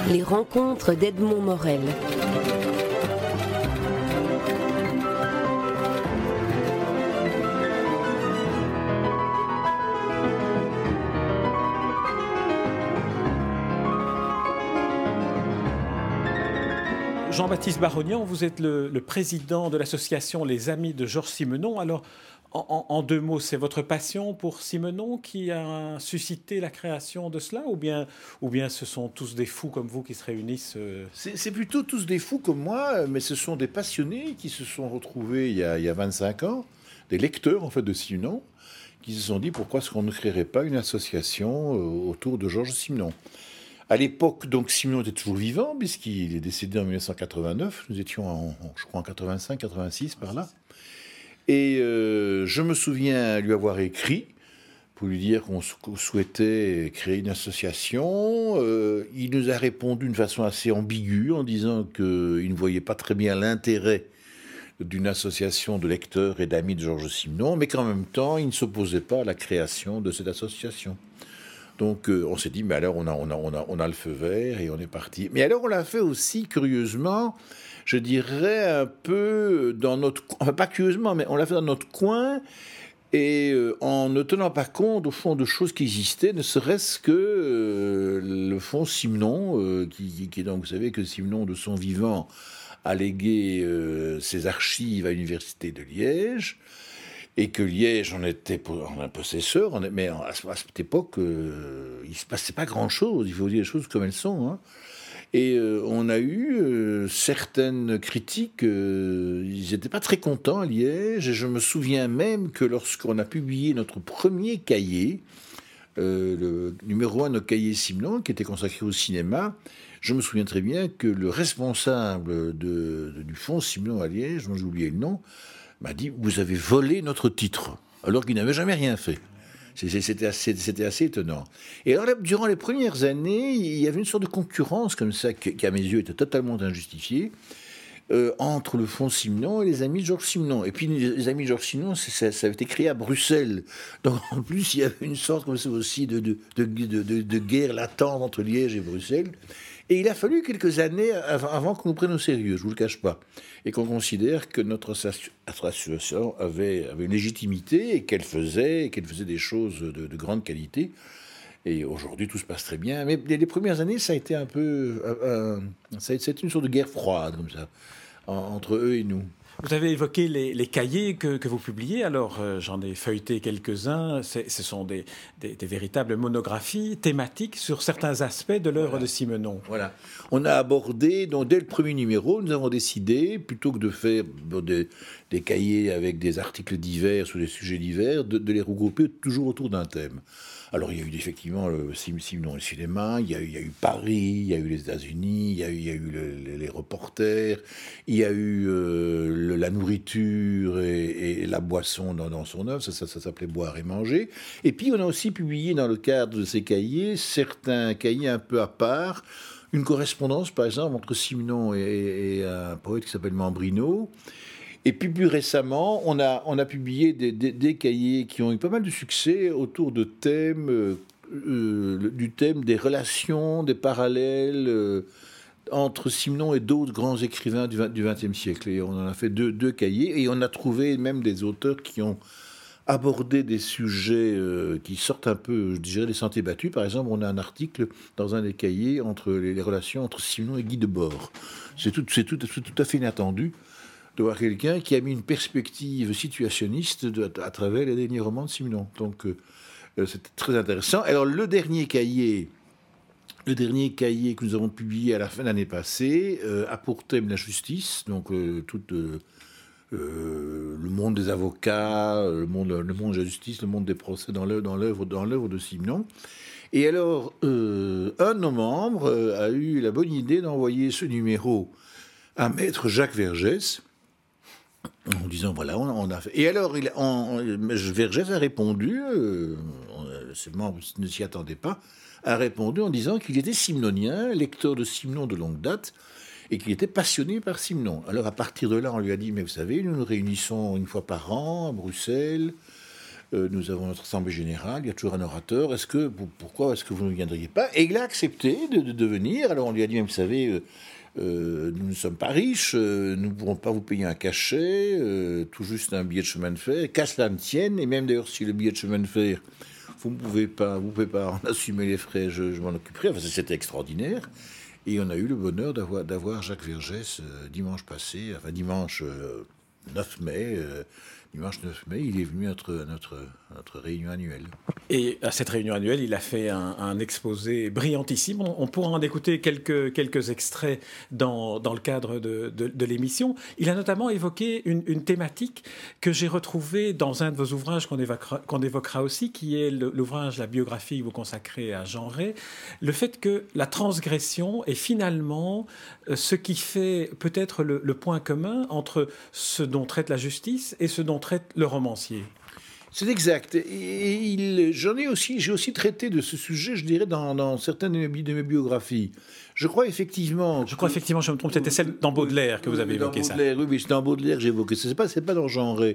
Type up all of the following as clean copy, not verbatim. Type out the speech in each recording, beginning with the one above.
Les rencontres d'Edmond Morel. Jean-Baptiste Barognan, vous êtes le président de l'association Les Amis de Georges Simenon. Alors, en deux mots, c'est votre passion pour Simenon qui a suscité la création de cela, ou bien ce sont tous des fous comme vous qui se réunissent C'est plutôt tous des fous comme moi, mais ce sont des passionnés qui se sont retrouvés il y a 25 ans, des lecteurs en fait de Simenon, qui se sont dit pourquoi est-ce qu'on ne créerait pas une association autour de Georges Simenon. À l'époque, donc, Simenon était toujours vivant, puisqu'il est décédé en 1989. Nous étions, je crois, en 85, 86, par là. Et je me souviens lui avoir écrit pour lui dire qu'on souhaitait créer une association. Il nous a répondu d'une façon assez ambiguë, en disant qu'il ne voyait pas très bien l'intérêt d'une association de lecteurs et d'amis de Georges Simenon, mais qu'en même temps, il ne s'opposait pas à la création de cette association. Donc on s'est dit, mais alors on a le feu vert et on est parti. Mais alors on l'a fait aussi curieusement, je dirais un peu dans notre... Enfin pas curieusement, mais on l'a fait dans notre coin et en ne tenant pas compte au fond de choses qui existaient, ne serait-ce que le fonds Simenon, qui est donc, vous savez que Simenon de son vivant a légué ses archives à l'université de Liège. Et que Liège en était un possesseur, mais à cette époque, il ne se passait pas grand-chose, il faut dire les choses comme elles sont. Hein. Et on a eu certaines critiques, ils n'étaient pas très contents à Liège, et je me souviens même que lorsqu'on a publié notre premier cahier, le numéro 1 de cahier Simenon, qui était consacré au cinéma, je me souviens très bien que le responsable du fonds Simenon à Liège, dont j'ai oublié le nom, m'a dit « Vous avez volé notre titre », alors qu'il n'avait jamais rien fait. C'était assez étonnant. Et alors, durant les premières années, il y avait une sorte de concurrence comme ça, qui à mes yeux était totalement injustifiée, entre le fonds Simenon et les Amis de Georges Simenon. Et puis, les Amis de Georges Simenon, ça avait été créé à Bruxelles. Donc, en plus, il y avait une sorte comme ça aussi de guerre latente entre Liège et Bruxelles. Et il a fallu quelques années avant qu'on nous prenne au sérieux, je ne vous le cache pas, et qu'on considère que notre association avait une légitimité et qu'elle faisait des choses de grande qualité. Et aujourd'hui, tout se passe très bien. Mais les premières années, ça a été un peu... ça a été une sorte de guerre froide, comme ça, entre eux et nous. Vous avez évoqué les cahiers que vous publiez. Alors, j'en ai feuilleté quelques-uns. Ce sont des véritables monographies thématiques sur certains aspects de l'œuvre de Simenon. Voilà. On a abordé, donc dès le premier numéro, nous avons décidé, plutôt que de faire des cahiers avec des articles divers sur des sujets divers, de les regrouper toujours autour d'un thème. Alors, il y a eu effectivement le Simenon et le cinéma, il y a eu Paris, il y a eu les États-Unis, il y a eu les reporters, il y a eu la nourriture et la boisson dans son œuvre, ça s'appelait Boire et manger. Et puis, on a aussi publié dans le cadre de ces cahiers, certains cahiers un peu à part, une correspondance, par exemple, entre Simenon et un poète qui s'appelle Mambrino. Et puis plus récemment, on a publié des cahiers qui ont eu pas mal de succès autour de thèmes, du thème des relations, des parallèles entre Simenon et d'autres grands écrivains du XXe siècle. Et on en a fait deux cahiers, et on a trouvé même des auteurs qui ont abordé des sujets qui sortent un peu, je dirais, des sentiers battus. Par exemple, on a un article dans un des cahiers entre les relations entre Simenon et Guy Debord. C'est tout à fait inattendu de voir quelqu'un qui a mis une perspective situationniste à travers les derniers romans de Simenon. Donc, c'était très intéressant. Alors, le dernier cahier que nous avons publié à la fin de l'année passée a pour thème la justice, donc tout le monde des avocats, le monde de la justice, le monde des procès dans l'œuvre de Simenon. Et alors, un de nos membres a eu la bonne idée d'envoyer ce numéro à maître Jacques Vergès, en disant voilà, on a fait. Et alors, Vergès a répondu, ce membre ne s'y attendait pas, a répondu en disant qu'il était simenonien, lecteur de Simenon de longue date, et qu'il était passionné par Simenon. Alors, à partir de là, on lui a dit mais vous savez, nous nous réunissons une fois par an à Bruxelles. nous avons notre assemblée générale, il y a toujours un orateur, pourquoi est-ce que vous ne viendriez pas? Et il a accepté de venir. Alors on lui a dit, vous savez, nous ne sommes pas riches, nous ne pourrons pas vous payer un cachet, tout juste un billet de chemin de fer, qu'à cela ne tienne, et même d'ailleurs si le billet de chemin de fer, vous ne pouvez pas en assumer les frais, je m'en occuperai. Enfin, c'était extraordinaire. Et on a eu le bonheur d'avoir Jacques Vergès dimanche passé, enfin dimanche 9 mai. Dimanche 9 mai, il est venu à notre réunion annuelle. Et à cette réunion annuelle, il a fait un exposé brillantissime. On pourra en écouter quelques extraits dans le cadre de l'émission. Il a notamment évoqué une thématique que j'ai retrouvée dans un de vos ouvrages qu'on évoquera aussi, qui est l'ouvrage, la biographie que vous consacrez à Jean Rey. Le fait que la transgression est finalement ce qui fait peut-être le point commun entre ce dont traite la justice et ce dont traite le romancier. C'est exact. Et j'ai aussi traité de ce sujet, je dirais, dans certaines de mes biographies. Je crois effectivement, je me trompe, c'était celle dans Baudelaire que vous avez évoqué ça. Oui, c'est dans Baudelaire que j'ai évoqué ça. C'est pas dans Jean Rey.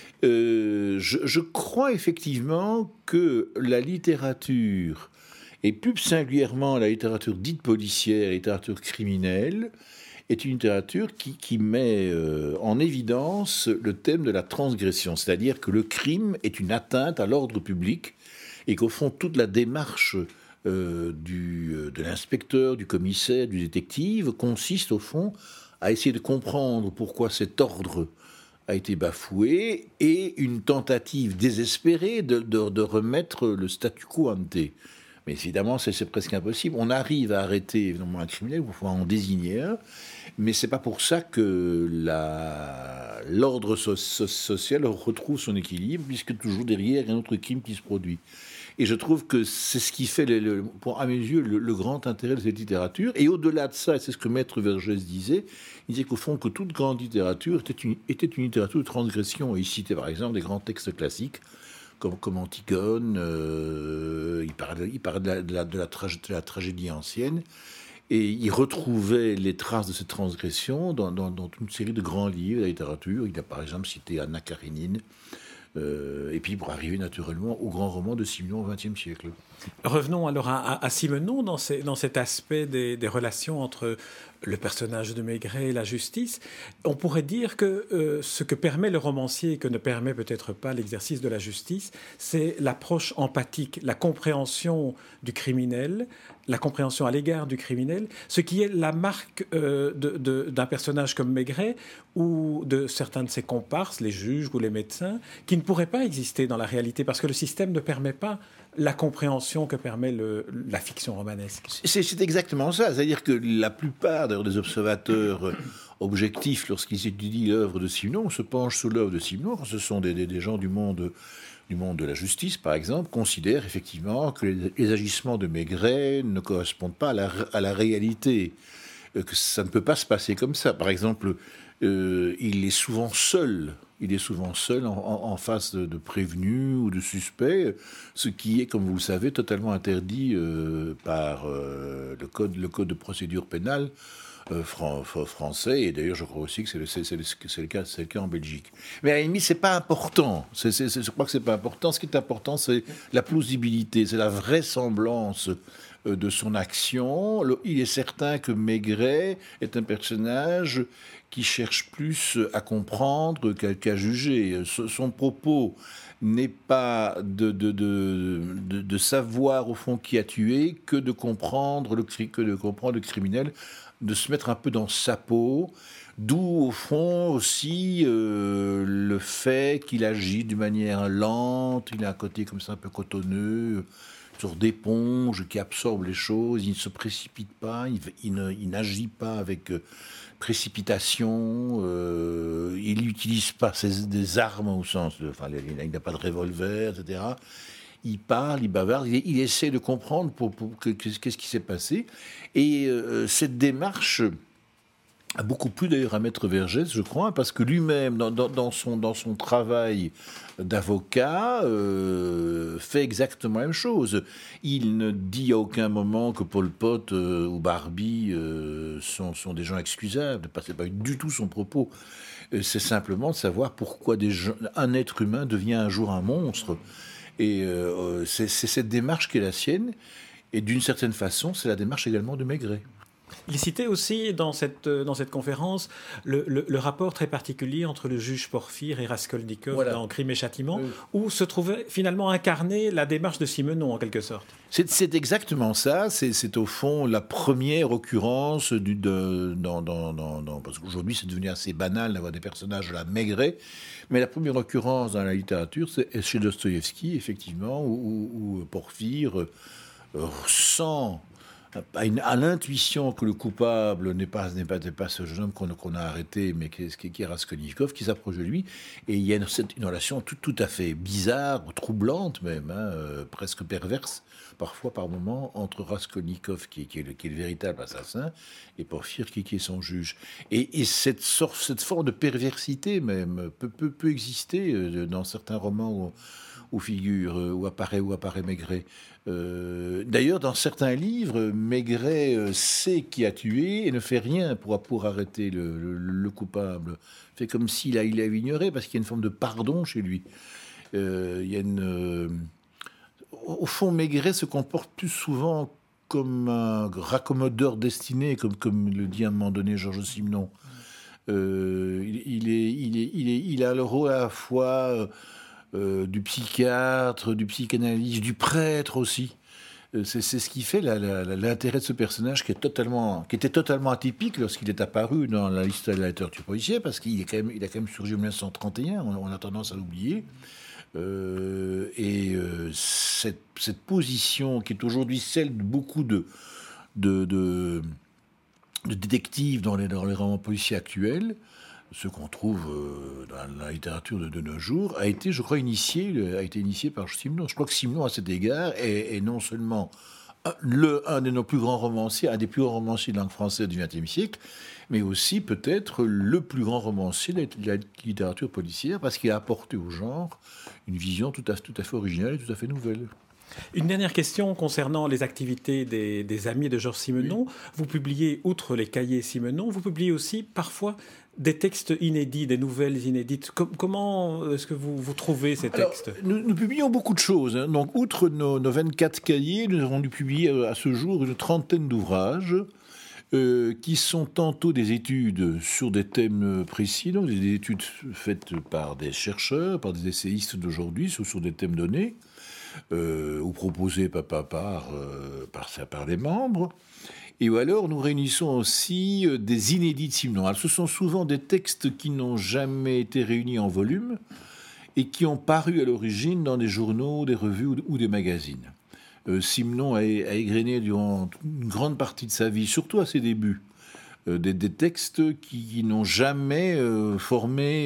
Je crois effectivement que la littérature, et plus singulièrement la littérature dite policière, la littérature criminelle, est une littérature qui met en évidence le thème de la transgression, c'est-à-dire que le crime est une atteinte à l'ordre public et qu'au fond, toute la démarche de l'inspecteur, du commissaire, du détective consiste au fond à essayer de comprendre pourquoi cet ordre a été bafoué et une tentative désespérée de remettre le statu quo ante. Mais évidemment, c'est presque impossible. On arrive à arrêter évidemment un criminel, il faut en désigner un, mais c'est pas pour ça que l'ordre social retrouve son équilibre, puisque toujours derrière, il y a un autre crime qui se produit. Et je trouve que c'est ce qui fait, à mes yeux, le grand intérêt de cette littérature. Et au-delà de ça, et c'est ce que Maître Vergès disait, il disait qu'au fond, que toute grande littérature était une littérature de transgression. Et il citait par exemple des grands textes classiques, comme Antigone, il parlait de la tragédie ancienne, et il retrouvait les traces de cette transgression dans une série de grands livres de la littérature. Il a par exemple cité Anna Karénine, et puis pour arriver naturellement au grand roman de Simenon au XXe siècle. Revenons alors à Simenon dans cet aspect des relations entre le personnage de Maigret et la justice. On pourrait dire que ce que permet le romancier et que ne permet peut-être pas l'exercice de la justice, c'est l'approche empathique, la compréhension du criminel, la compréhension à l'égard du criminel, ce qui est la marque d'un personnage comme Maigret ou de certains de ses comparses, les juges ou les médecins, qui ne pourraient pas exister dans la réalité parce que le système ne permet pas la compréhension que permet la fiction romanesque. C'est exactement ça. C'est-à-dire que la plupart des observateurs objectifs, lorsqu'ils étudient l'œuvre de Simenon, se penchent sur l'œuvre de Simenon. Ce sont des gens du monde de la justice, par exemple, considèrent effectivement que les agissements de Maigret ne correspondent pas à la réalité, que ça ne peut pas se passer comme ça. Par exemple, il est souvent seul. Il est souvent seul en face de prévenus ou de suspects, ce qui est, comme vous le savez, totalement interdit par le code de procédure pénale français. Et d'ailleurs, je crois aussi que c'est le cas en Belgique. Mais à la limite, c'est pas important. Je crois que c'est pas important. Ce qui est important, c'est la plausibilité, c'est la vraisemblance de son action. Il est certain que Maigret est un personnage qui cherche plus à comprendre qu'à juger. Son propos n'est pas de savoir au fond qui a tué, que de comprendre le criminel, de se mettre un peu dans sa peau, d'où au fond aussi le fait qu'il agit d'une manière lente, il a un côté comme ça un peu cotonneux, une sorte d'éponge qui absorbe les choses, il ne se précipite pas, il n'agit pas avec précipitation, il n'utilise pas des armes au sens il n'a pas de revolver, etc. Il parle, il bavarde, il essaie de comprendre qu'est-ce qui s'est passé. Et cette démarche a beaucoup plu d'ailleurs à Maître Vergès, je crois, parce que lui-même, dans son travail d'avocat, fait exactement la même chose. Il ne dit à aucun moment que Pol Pot ou Barbie sont des gens excusables. C'est pas du tout son propos. C'est simplement de savoir pourquoi un être humain devient un jour un monstre. Et c'est cette démarche qui est la sienne. Et d'une certaine façon, c'est la démarche également de Maigret. Il citait aussi dans cette conférence le rapport très particulier entre le juge Porphyre et Raskolnikov dans Crime et Châtiment, où se trouvait finalement incarnée la démarche de Simenon en quelque sorte. C'est exactement ça. C'est au fond la première occurrence parce qu'aujourd'hui c'est devenu assez banal d'avoir des personnages à la Maigret, mais la première occurrence dans la littérature, c'est chez Dostoïevski, effectivement, où Porphyre sent à l'intuition que le coupable n'est pas ce jeune homme qu'on a arrêté, mais qui est Raskolnikov, qui s'approche de lui, et il y a une relation tout à fait bizarre, troublante même, presque perverse, parfois par moments, entre Raskolnikov, qui est le véritable assassin, et Porphyre, qui est son juge. Et cette forme de perversité même peut exister dans certains romans où figure, où apparaît Maigret. D'ailleurs, dans certains livres, Maigret sait qui a tué et ne fait rien pour arrêter le coupable. Fait comme s'il avait ignoré, parce qu'il y a une forme de pardon chez lui. Au fond, Maigret se comporte plus souvent comme un raccommodeur destiné, comme le dit à un moment donné Georges Simenon. Il a le rôle à la fois du psychiatre, du psychanalyste, du prêtre aussi. C'est ce qui fait l'intérêt de ce personnage qui était totalement atypique lorsqu'il est apparu dans la liste de la littérature policière, parce qu'il a quand même surgi en 1931, on a tendance à l'oublier. Cette position qui est aujourd'hui celle de beaucoup de détectives dans les romans policiers actuels, ce qu'on trouve dans la littérature de nos jours, a été initié par Simenon. Je crois que Simenon, à cet égard, est non seulement un de nos plus grands romanciers, un des plus grands romanciers de langue française du XXe siècle, mais aussi peut-être le plus grand romancier de la littérature policière, parce qu'il a apporté au genre une vision tout à fait originale et tout à fait nouvelle. Une dernière question concernant les activités des amis de Georges Simenon. Oui. Vous publiez, outre les cahiers Simenon, vous publiez aussi parfois des textes inédits, des nouvelles inédites. Comment est-ce que vous trouvez ces textes ? Nous publions beaucoup de choses. Donc, outre nos 24 cahiers, nous avons dû publier à ce jour une trentaine d'ouvrages qui sont tantôt des études sur des thèmes précis, donc des études faites par des chercheurs, par des essayistes d'aujourd'hui sur des thèmes donnés, ou proposés par les membres. Et alors, nous réunissons aussi des inédits de Simenon. Alors, ce sont souvent des textes qui n'ont jamais été réunis en volume et qui ont paru à l'origine dans des journaux, des revues ou des magazines. Simenon a égrené durant une grande partie de sa vie, surtout à ses débuts, des textes qui n'ont jamais formé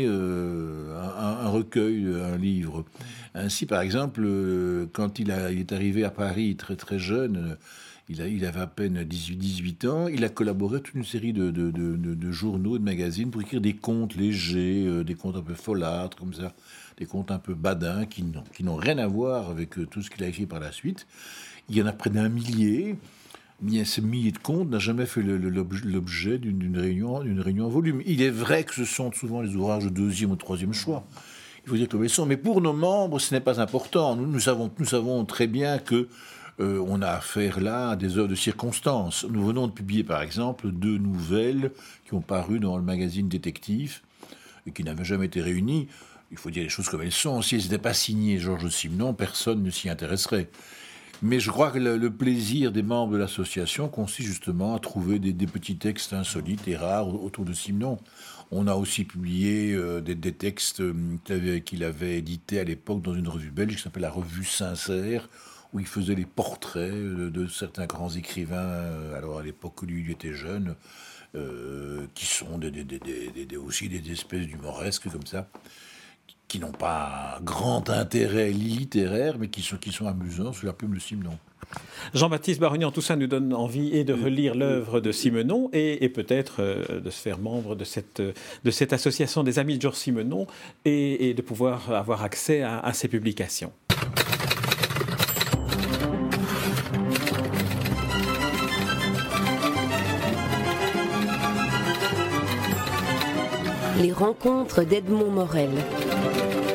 un recueil, un livre. Ainsi, par exemple, quand il est arrivé à Paris très très jeune, il avait à peine 18 ans, il a collaboré à toute une série de journaux, de magazines pour écrire des contes légers, des contes un peu folâtres, comme ça, des contes un peu badins qui n'ont rien à voir avec tout ce qu'il a écrit par la suite. Il y en a près d'1 millier. Bien, ce millier de contes n'a jamais fait l'objet d'une réunion en volume. Il est vrai que ce sont souvent les ouvrages de 2e ou 3e choix. Il faut dire comme ils sont. Mais pour nos membres, ce n'est pas important. Nous savons très bien que on a affaire là à des œuvres de circonstance. Nous venons de publier, par exemple, 2 nouvelles qui ont paru dans le magazine Détective et qui n'avaient jamais été réunies. Il faut dire les choses comme elles sont. Si elles n'étaient pas signées Georges Simenon, personne ne s'y intéresserait. Mais je crois que le plaisir des membres de l'association consiste justement à trouver des petits textes insolites et rares autour de Simenon. On a aussi publié des textes qu'il avait édités à l'époque dans une revue belge qui s'appelle la Revue Sincère, où il faisait les portraits de certains grands écrivains, alors à l'époque où lui était jeune, qui sont aussi des espèces d'humoresques comme ça, qui n'ont pas un grand intérêt littéraire, mais qui sont amusants sous la plume de Simenon. Jean-Baptiste Barognan, tout ça nous donne envie et de relire l'œuvre de Simenon et peut-être de se faire membre de cette association des Amis de Georges Simenon et de pouvoir avoir accès à ses publications. Les rencontres d'Edmond Morel.